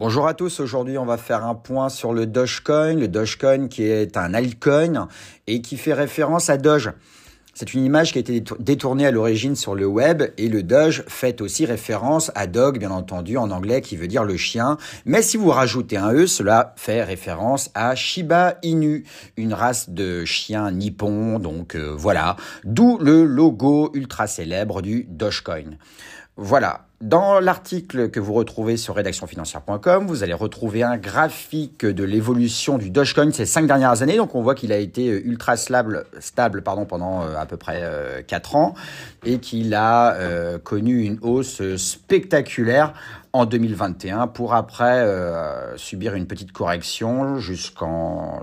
Bonjour à tous, aujourd'hui on va faire un point sur le Dogecoin. Le Dogecoin qui est un altcoin et qui fait référence à Doge. C'est une image qui a été détournée à l'origine sur le web et le Doge fait aussi référence à Dog, bien entendu, en anglais, qui veut dire le chien. Mais si vous rajoutez un E, cela fait référence à Shiba Inu, une race de chiens nippons, donc voilà. D'où le logo ultra célèbre du Dogecoin. Voilà. Dans l'article que vous retrouvez sur redactionfinancière.com, vous allez retrouver un graphique de l'évolution du Dogecoin ces 5 dernières années. Donc, on voit qu'il a été ultra stable pendant à peu près 4 ans et qu'il a connu une hausse spectaculaire en 2021 pour après subir une petite correction jusqu'en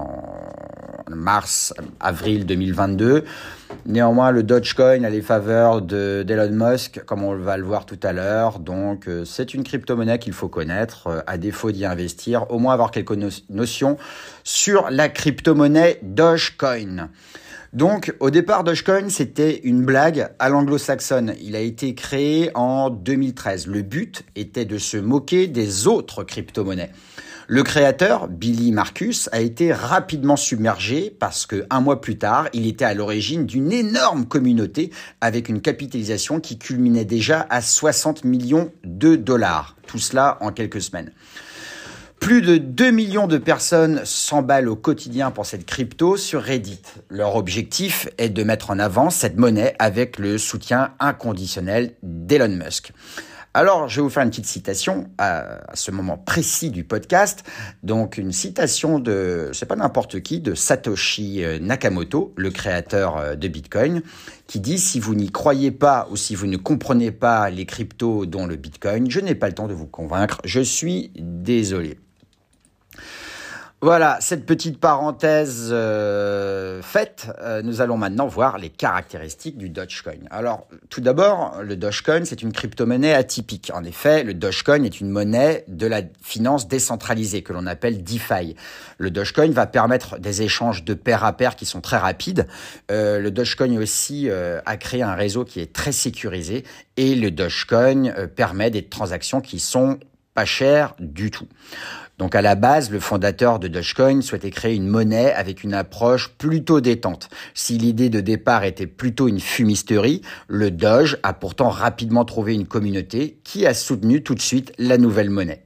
mars-avril 2022. Néanmoins, le Dogecoin a les faveurs d'Elon Musk, comme on va le voir tout à l'heure. Donc, c'est une crypto-monnaie qu'il faut connaître, à défaut d'y investir, au moins avoir quelques notions sur la crypto-monnaie Dogecoin. Donc, au départ, Dogecoin, c'était une blague à l'anglo-saxonne. Il a été créé en 2013. Le but était de se moquer des autres crypto-monnaies. Le créateur, Billy Markus, a été rapidement submergé parce que 1 mois plus tard, il était à l'origine d'une énorme communauté avec une capitalisation qui culminait déjà à 60 millions de dollars. Tout cela en quelques semaines. Plus de 2 millions de personnes s'emballent au quotidien pour cette crypto sur Reddit. Leur objectif est de mettre en avant cette monnaie avec le soutien inconditionnel d'Elon Musk. Alors, je vais vous faire une petite citation à ce moment précis du podcast. Donc, une citation c'est pas n'importe qui, de Satoshi Nakamoto, le créateur de Bitcoin, qui dit « Si vous n'y croyez pas ou si vous ne comprenez pas les cryptos dont le Bitcoin, je n'ai pas le temps de vous convaincre, je suis désolé ». Voilà, cette petite parenthèse faite, nous allons maintenant voir les caractéristiques du Dogecoin. Alors, tout d'abord, le Dogecoin, c'est une crypto-monnaie atypique. En effet, le Dogecoin est une monnaie de la finance décentralisée que l'on appelle DeFi. Le Dogecoin va permettre des échanges de pair à pair qui sont très rapides. Le Dogecoin aussi a créé un réseau qui est très sécurisé et le Dogecoin permet des transactions qui sont pas chères du tout. Donc à la base, le fondateur de Dogecoin souhaitait créer une monnaie avec une approche plutôt détente. Si l'idée de départ était plutôt une fumisterie, le Doge a pourtant rapidement trouvé une communauté qui a soutenu tout de suite la nouvelle monnaie.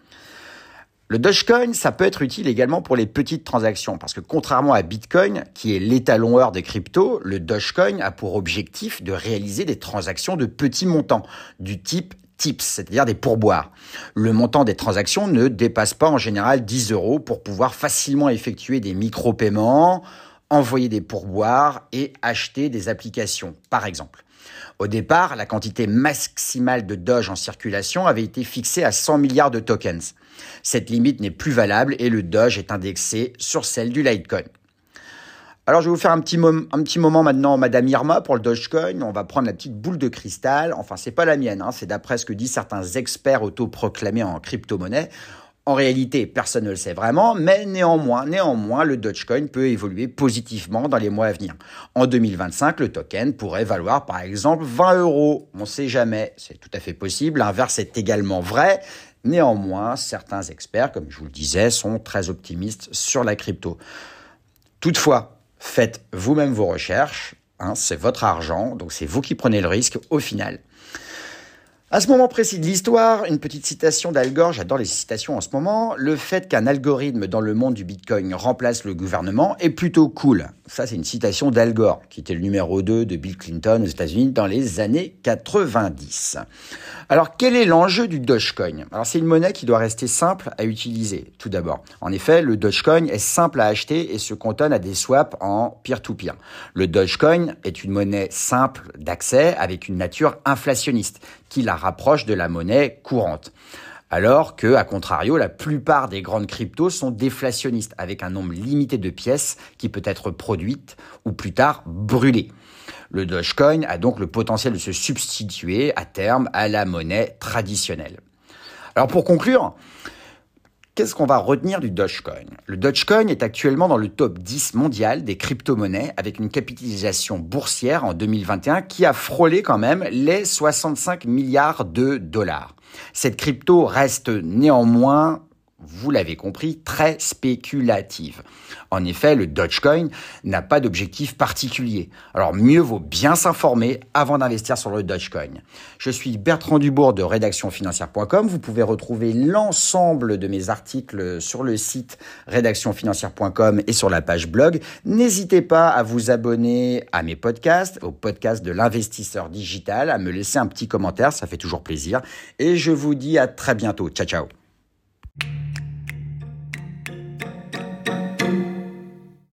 Le Dogecoin, ça peut être utile également pour les petites transactions parce que contrairement à Bitcoin, qui est l'étalon or des cryptos, le Dogecoin a pour objectif de réaliser des transactions de petits montants du type tips, c'est-à-dire des pourboires. Le montant des transactions ne dépasse pas en général 10 € pour pouvoir facilement effectuer des micro-paiements, envoyer des pourboires et acheter des applications, par exemple. Au départ, la quantité maximale de Doge en circulation avait été fixée à 100 milliards de tokens. Cette limite n'est plus valable et le Doge est indexé sur celle du Litecoin. Alors, je vais vous faire un petit moment maintenant, Madame Irma, pour le Dogecoin. On va prendre la petite boule de cristal. Enfin, c'est pas la mienne, c'est d'après ce que disent certains experts autoproclamés en crypto-monnaie. En réalité, personne ne le sait vraiment, mais néanmoins, le Dogecoin peut évoluer positivement dans les mois à venir. En 2025, le token pourrait valoir, par exemple, 20 €. On ne sait jamais, c'est tout à fait possible. L'inverse est également vrai. Néanmoins, certains experts, comme je vous le disais, sont très optimistes sur la crypto. Toutefois, faites vous-même vos recherches, c'est votre argent, donc c'est vous qui prenez le risque au final. À ce moment précis de l'histoire, une petite citation d'Al Gore, j'adore les citations en ce moment. Le fait qu'un algorithme dans le monde du Bitcoin remplace le gouvernement est plutôt cool. Ça, c'est une citation d'Al Gore, qui était le numéro 2 de Bill Clinton aux États-Unis dans les années 90. Alors, quel est l'enjeu du Dogecoin? Alors, c'est une monnaie qui doit rester simple à utiliser, tout d'abord. En effet, le Dogecoin est simple à acheter et se cantonne à des swaps en peer-to-peer. Le Dogecoin est une monnaie simple d'accès avec une nature inflationniste qui la rapproche de la monnaie courante. Alors que, à contrario, la plupart des grandes cryptos sont déflationnistes avec un nombre limité de pièces qui peut être produite ou plus tard brûlée. Le Dogecoin a donc le potentiel de se substituer à terme à la monnaie traditionnelle. Alors pour conclure, Qu'est-ce qu'on va retenir du Dogecoin? Le Dogecoin est actuellement dans le top 10 mondial des crypto-monnaies avec une capitalisation boursière en 2021 qui a frôlé quand même les 65 milliards de dollars. Cette crypto reste néanmoins, vous l'avez compris, très spéculative. En effet, le Dogecoin n'a pas d'objectif particulier. Alors mieux vaut bien s'informer avant d'investir sur le Dogecoin. Je suis Bertrand Dubourg de rédactionfinancière.com. Vous pouvez retrouver l'ensemble de mes articles sur le site rédactionfinancière.com et sur la page blog. N'hésitez pas à vous abonner à mes podcasts, au podcast de l'investisseur digital, à me laisser un petit commentaire, ça fait toujours plaisir. Et je vous dis à très bientôt. Ciao, ciao.